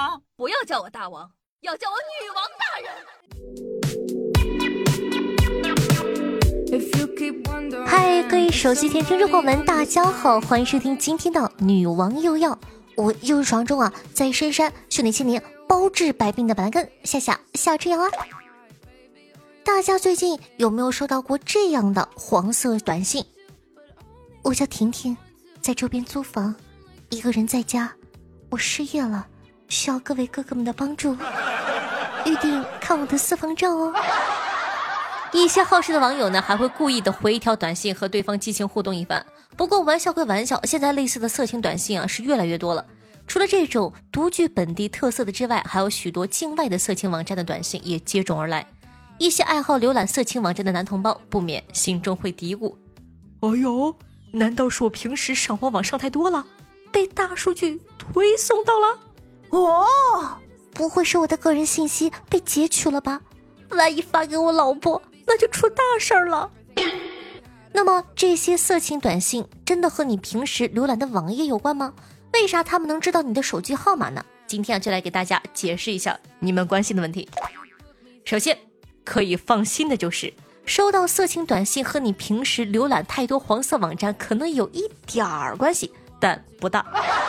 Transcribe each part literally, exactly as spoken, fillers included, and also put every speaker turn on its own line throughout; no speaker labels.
王，不要叫我大王，要叫我女王大
人。嗨，各位手机前听众朋友们，大家好，欢迎收听今天的女王又要。我又是床中啊，在深山训练千年，包治百病的板蓝根夏夏夏之阳啊。大家最近有没有收到过这样的黄色短信？我叫婷婷，在周边租房，一个人在家，我失业了，需要各位哥哥们的帮助，预定看我的私房照哦。一些好事的网友呢，还会故意的回一条短信和对方激情互动一番。不过玩笑归玩笑，现在类似的色情短信啊是越来越多了。除了这种独具本地特色的之外，还有许多境外的色情网站的短信也接踵而来。一些爱好浏览色情网站的男同胞不免心中会嘀咕：哎呦，难道是我平时上网网上太多了，被大数据推送到了？哦，不会是我的个人信息被截取了吧？万一发给我老婆，那就出大事儿了。那么这些色情短信真的和你平时浏览的网页有关吗？为啥他们能知道你的手机号码呢？今天啊，就来给大家解释一下你们关心的问题。首先可以放心的就是，收到色情短信和你平时浏览太多黄色网站可能有一点儿关系，但不大。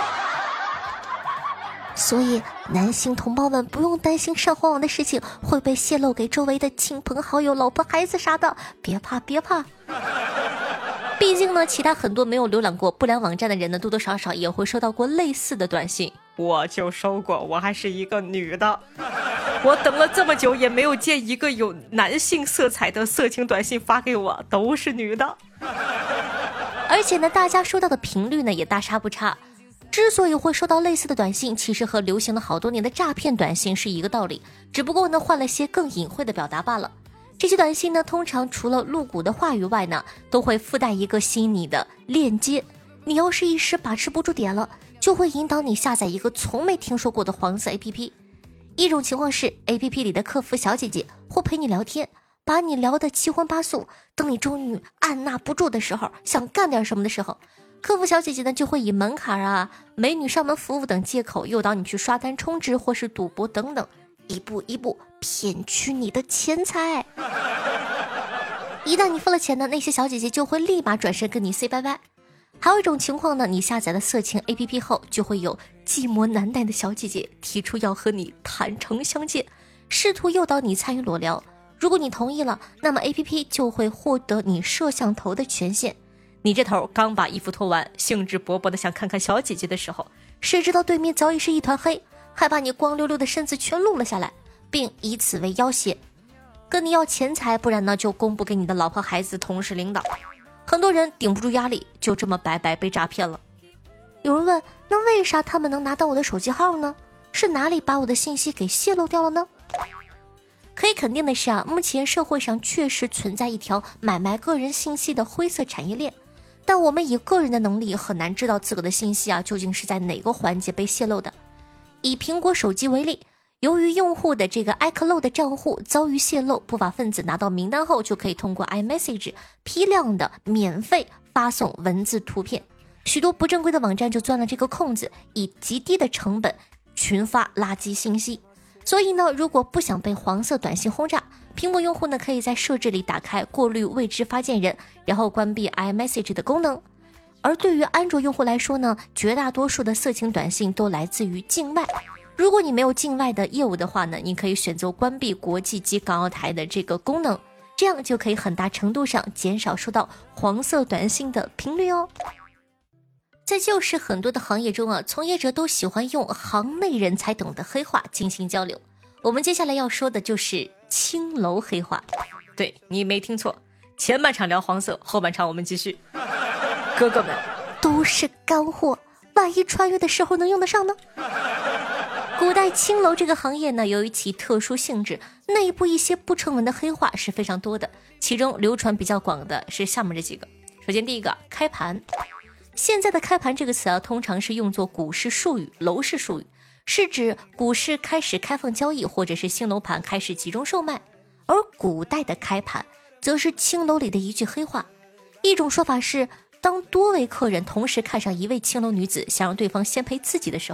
所以男性同胞们不用担心上黄网的事情会被泄露给周围的亲朋好友、老婆孩子啥的，别怕别怕。毕竟呢，其他很多没有浏览过不良网站的人呢，多多少少也会收到过类似的短信。我就收过，我还是一个女的，我等了这么久也没有见一个有男性色彩的色情短信发给我，都是女的。而且呢，大家收到的频率呢也大差不差。之所以会收到类似的短信，其实和流行了好多年的诈骗短信是一个道理，只不过呢换了些更隐晦的表达罢了。这些短信呢，通常除了露骨的话语外呢，都会附带一个吸引你的链接。你要是一时把持不住点了，就会引导你下载一个从没听说过的黄色 A P P。一种情况是 A P P 里的客服小姐姐会陪你聊天，把你聊得七荤八素，等你终于按捺不住的时候，想干点什么的时候，客服小姐姐呢就会以门槛啊、美女上门服务等借口诱导你去刷单充值或是赌博等等，一步一步骗取你的钱财。一旦你付了钱呢，那些小姐姐就会立马转身跟你 say 拜拜。还有一种情况呢，你下载了色情 A P P 后，就会有寂寞难耐的小姐姐提出要和你坦诚相见，试图诱导你参与裸聊。如果你同意了，那么 A P P 就会获得你摄像头的权限。你这头刚把衣服脱完，兴致勃勃的想看看小姐姐的时候，谁知道对面早已是一团黑，还把你光溜溜的身子全录了下来，并以此为要挟，跟你要钱财，不然呢就公布给你的老婆孩子同事领导。很多人顶不住压力，就这么白白被诈骗了。有人问，那为啥他们能拿到我的手机号呢？是哪里把我的信息给泄露掉了呢？可以肯定的是啊，目前社会上确实存在一条买卖个人信息的灰色产业链，但我们以个人的能力很难知道自个的信息啊究竟是在哪个环节被泄露的。以苹果手机为例，由于用户的这个 iCloud 的账户遭遇泄露，不法分子拿到名单后，就可以通过 iMessage 批量的免费发送文字图片，许多不正规的网站就钻了这个空子，以极低的成本群发垃圾信息。所以呢，如果不想被黄色短信轰炸，苹果用户呢可以在设置里打开过滤未知发件人，然后关闭 iMessage 的功能。而对于安卓用户来说呢，绝大多数的色情短信都来自于境外。如果你没有境外的业务的话呢，你可以选择关闭国际及港澳台的这个功能，这样就可以很大程度上减少收到黄色短信的频率哦。在就是很多的行业中啊，从业者都喜欢用行内人才懂的黑话进行交流。我们接下来要说的就是青楼黑话。对，你没听错，前半场聊黄色，后半场我们继续。哥哥们，都是干货，万一穿越的时候能用得上呢？古代青楼这个行业呢，由于其特殊性质，内部一些不成文的黑话是非常多的，其中流传比较广的是下面这几个。首先第一个，开盘。现在的开盘这个词啊，通常是用作股市术语、楼市术语，是指股市开始开放交易，或者是新楼盘开始集中售卖。而古代的开盘则是青楼里的一句黑话。一种说法是，当多位客人同时看上一位青楼女子，想让对方先陪自己的时候，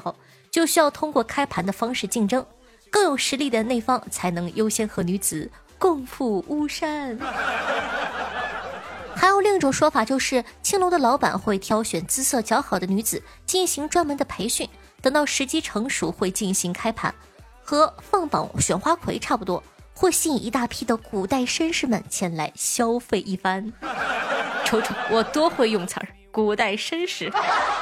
就需要通过开盘的方式竞争，更有实力的那方才能优先和女子共赴巫山。还有另一种说法，就是青楼的老板会挑选姿色较好的女子进行专门的培训，等到时机成熟会进行开盘，和放榜选花魁差不多，会吸引一大批的古代绅士们前来消费一番。瞅瞅我多会用词儿，古代绅士。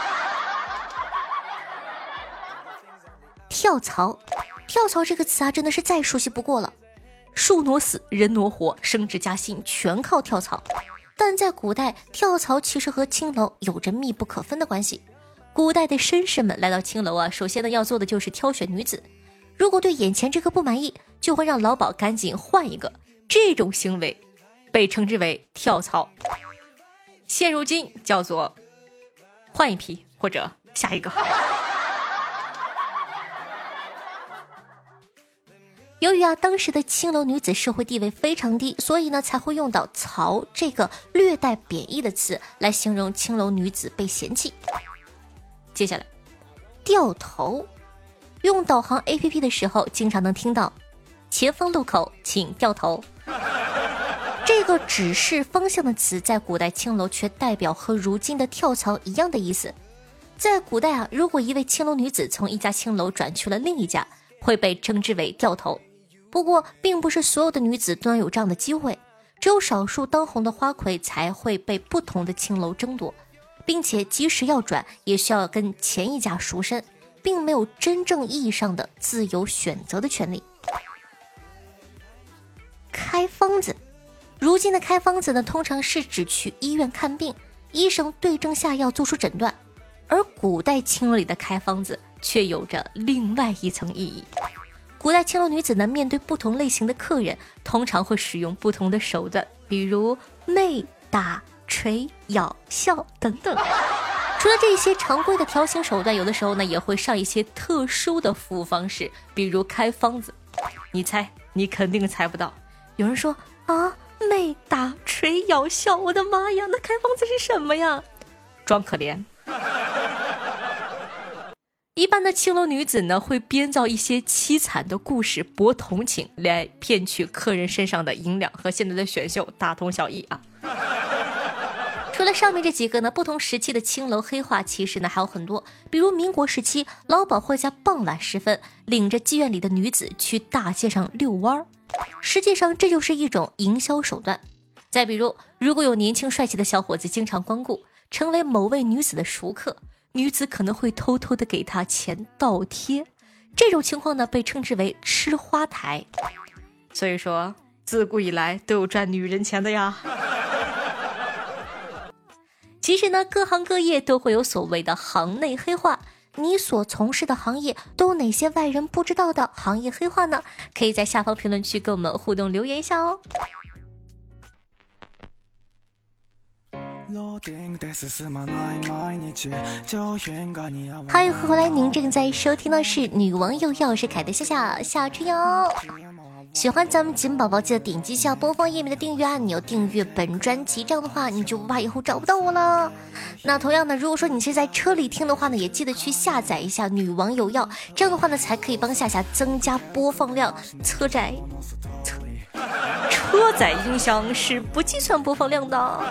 跳槽，跳槽这个词啊，真的是再熟悉不过了。树挪死，人挪活，升职加薪全靠跳槽。但在古代，跳槽其实和青楼有着密不可分的关系。古代的绅士们来到青楼啊，首先呢要做的就是挑选女子，如果对眼前这个不满意，就会让老鸨赶紧换一个。这种行为被称之为跳槽，现如今叫做换一批或者下一个。由于啊，当时的青楼女子社会地位非常低，所以呢才会用到槽这个略带贬义的词来形容青楼女子被嫌弃。接下来，掉头，用导航 A P P 的时候，经常能听到前方路口请掉头。这个指示方向的词，在古代青楼却代表和如今的跳槽一样的意思。在古代啊，如果一位青楼女子从一家青楼转去了另一家，会被称之为掉头。不过并不是所有的女子都能有这样的机会，只有少数当红的花魁才会被不同的青楼争夺，并且即使要转也需要跟前一家赎身，并没有真正意义上的自由选择的权利。开方子，如今的开方子呢，通常是指去医院看病，医生对症下药做出诊断，而古代青楼里的开方子却有着另外一层意义。古代青楼女子呢，面对不同类型的客人，通常会使用不同的手段，比如媚、打、捶、咬、笑等等。除了这些常规的调情手段，有的时候呢也会上一些特殊的服务方式，比如开方子。你猜，你肯定猜不到。有人说啊，媚、打、捶、咬、笑，我的妈呀，那开方子是什么呀？装可怜。一般的青楼女子呢，会编造一些凄惨的故事博同情，来骗取客人身上的银两，和现在的选秀大同小异啊。除了上面这几个呢，不同时期的青楼黑话其实呢还有很多，比如民国时期，老鸨会在傍晚时分领着妓院里的女子去大街上遛弯，实际上这就是一种营销手段。再比如，如果有年轻帅气的小伙子经常光顾，成为某位女子的熟客，女子可能会偷偷的给他钱倒贴，这种情况呢被称之为吃花台。所以说自古以来都有赚女人钱的呀。其实呢，各行各业都会有所谓的行内黑话，你所从事的行业都有哪些外人不知道的行业黑话呢？可以在下方评论区跟我们互动留言一下哦。欢迎回来，您正在收听的是女王又要是凯的夏夏夏春瑶。喜欢咱们节目宝宝记得点击下播放页面的订阅按钮，订阅本专辑，这样的话你就不怕以后找不到我了。那同样的，如果说你是在车里听的话呢，也记得去下载一下女王有药，这样的话呢才可以帮夏夏增加播放量。车载车车载音箱是不计算播放量的。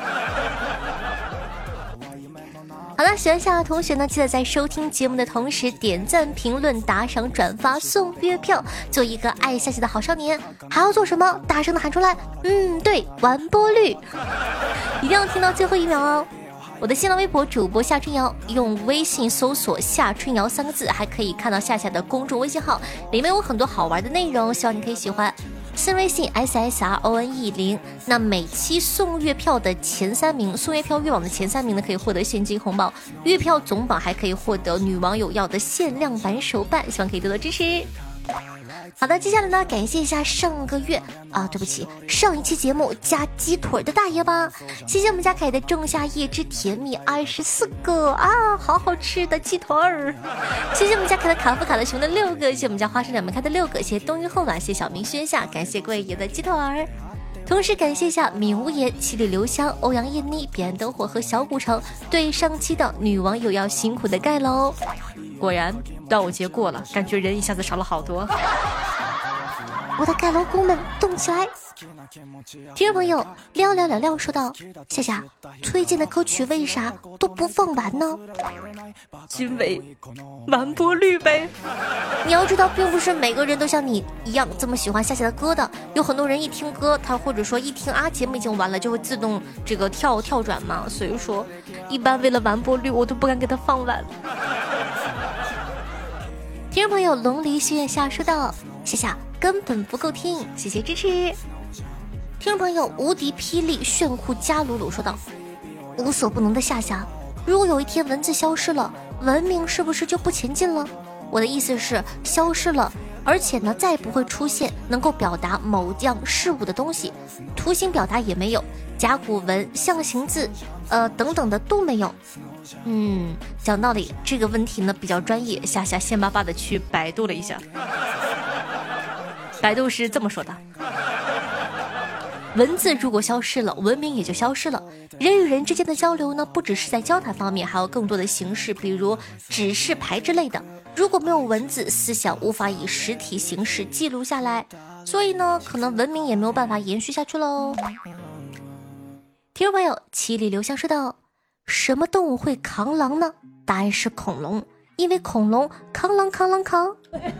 好了，喜欢夏夏的同学呢，记得在收听节目的同时点赞、评论、打赏、转发、送月票，做一个爱夏夏的好少年。还要做什么？大声的喊出来！嗯，对，完播率，一定要听到最后一秒哦。我的新浪微博主播夏春瑶，用微信搜索夏春瑶三个字，还可以看到夏夏的公众微信号，里面有很多好玩的内容，希望你可以喜欢。新微信 S S R O N E 零，那每期送月票的前三名，送月票月榜的前三名呢，可以获得现金红包，月票总榜还可以获得女网友要的限量版手办，希望可以多多支持。好的，接下来呢，感谢一下上个月啊，对不起，上一期节目加鸡腿的大爷吧，谢谢我们家凯的仲夏夜之甜蜜二十四个啊，好好吃的鸡腿儿，谢谢我们家凯的卡夫卡的熊的六个，谢谢我们家花生两门开的六个，谢谢冬云后暖，谢谢小明轩夏，感谢贵爷的鸡腿儿，同时感谢一下闵无言、七里留香、欧阳艳妮、彼岸灯火和小古城对上期的女网友要辛苦的盖喽。 果然端午节过了，感觉人一下子少了好多。我的盖楼工们动起来！听众朋友撩撩撩撩说道：夏夏推荐的歌曲为啥都不放完呢？因为完播率呗。你要知道，并不是每个人都像你一样这么喜欢夏夏的歌的，有很多人一听歌，他或者说一听啊节目已经完了，就会自动这个跳跳转嘛，所以说一般为了完播率，我都不敢给他放完。听众朋友龙离虚愿下说道：夏夏根本不够听，谢谢支持。听众朋友无敌霹雳炫酷加鲁鲁说道：无所不能的夏夏，如果有一天文字消失了，文明是不是就不前进了？我的意思是消失了，而且呢再不会出现能够表达某样事物的东西，图形表达也没有，甲骨文、象形字呃等等的都没有。嗯，讲道理这个问题呢比较专业，夏夏先巴巴的去百度了一下。百度是这么说的：文字如果消失了，文明也就消失了。人与人之间的交流呢，不只是在交谈方面，还有更多的形式，比如指示牌之类的。如果没有文字，思想无法以实体形式记录下来，所以呢，可能文明也没有办法延续下去喽。听众朋友，七里留香说道：什么动物会扛狼呢？答案是恐龙，因为恐龙扛狼扛狼扛。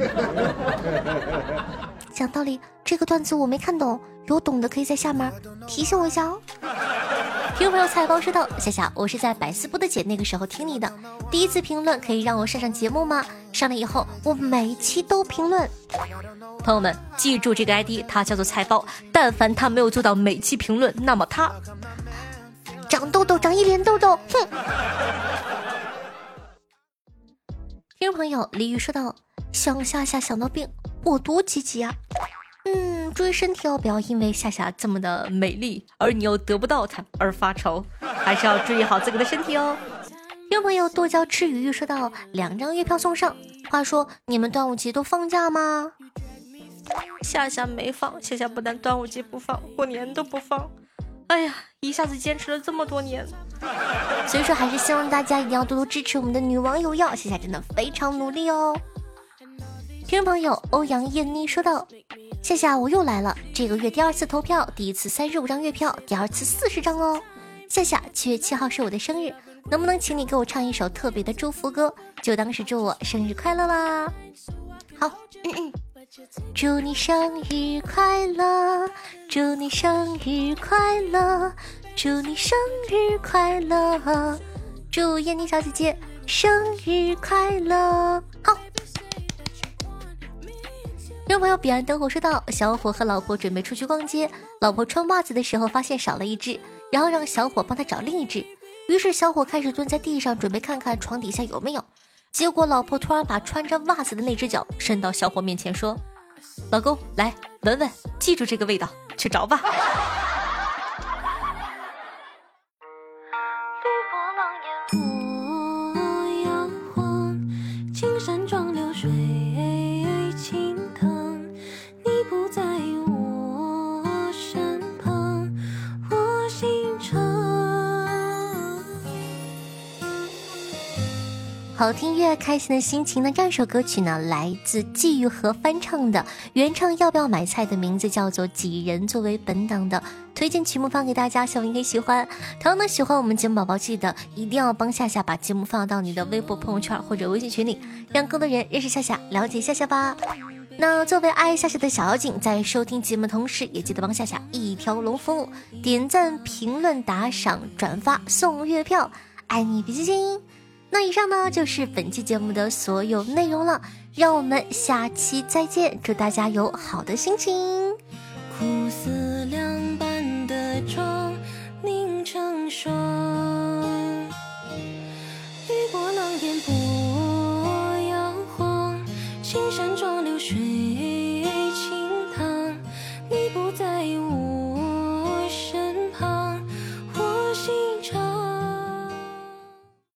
讲道理，这个段子我没看懂，有懂的可以在下面提醒我一下哦。听众朋友菜包说道：夏夏，我是在百思不得解那个时候听你的，第一次评论可以让我上上节目吗？上了以后我每一期都评论。朋友们记住这个 I D， 它叫做菜包，但凡他没有做到每期评论，那么他长痘痘长一脸痘痘，哼。听众朋友李宇说道：想夏夏想到病，我多积极啊。嗯，注意身体哦，不要因为夏夏这么的美丽，而你又得不到她而发愁，还是要注意好自己的身体哦。听众朋友剁椒吃鱼鱼说到：两张月票送上。话说你们端午节都放假吗？夏夏没放，夏夏不但端午节不放，过年都不放。哎呀，一下子坚持了这么多年，所以说还是希望大家一定要多多支持我们的女王有药，夏夏真的非常努力哦。听众朋友欧阳燕妮说道：夏夏我又来了，这个月第二次投票，第一次三十五张月票，第二次四十张哦。夏夏七月七号是我的生日，能不能请你给我唱一首特别的祝福歌，就当是祝我生日快乐啦。好，嗯嗯，祝你生日快乐，祝你生日快乐，祝你生日快乐，祝燕妮小姐姐生日快乐。好，有朋友彼岸灯火说道：小伙和老婆准备出去逛街，老婆穿袜子的时候发现少了一只，然后让小伙帮他找另一只，于是小伙开始蹲在地上准备看看床底下有没有，结果老婆突然把穿着袜子的那只脚伸到小伙面前说：老公来闻闻，记住这个味道，去找吧。好听越开心的心情呢，这首歌曲呢来自季玉和翻唱的，原唱要不要买菜的名字叫做几人，作为本档的推荐曲目放给大家，希望你可以喜欢。同样呢，喜欢我们节目宝宝记得一定要帮夏夏把节目放到你的微博朋友圈或者微信群里，让更多人认识夏夏，了解夏夏吧。那作为爱夏夏的小妖精，在收听节目同时也记得帮夏夏一条龙服务，点赞评论打赏转发送月票，爱你比心心。那以上呢就是本期节目的所有内容了，让我们下期再见，祝大家有好的心情。苦思两半的妆凝成霜，雨过狼烟不摇晃，青山撞流水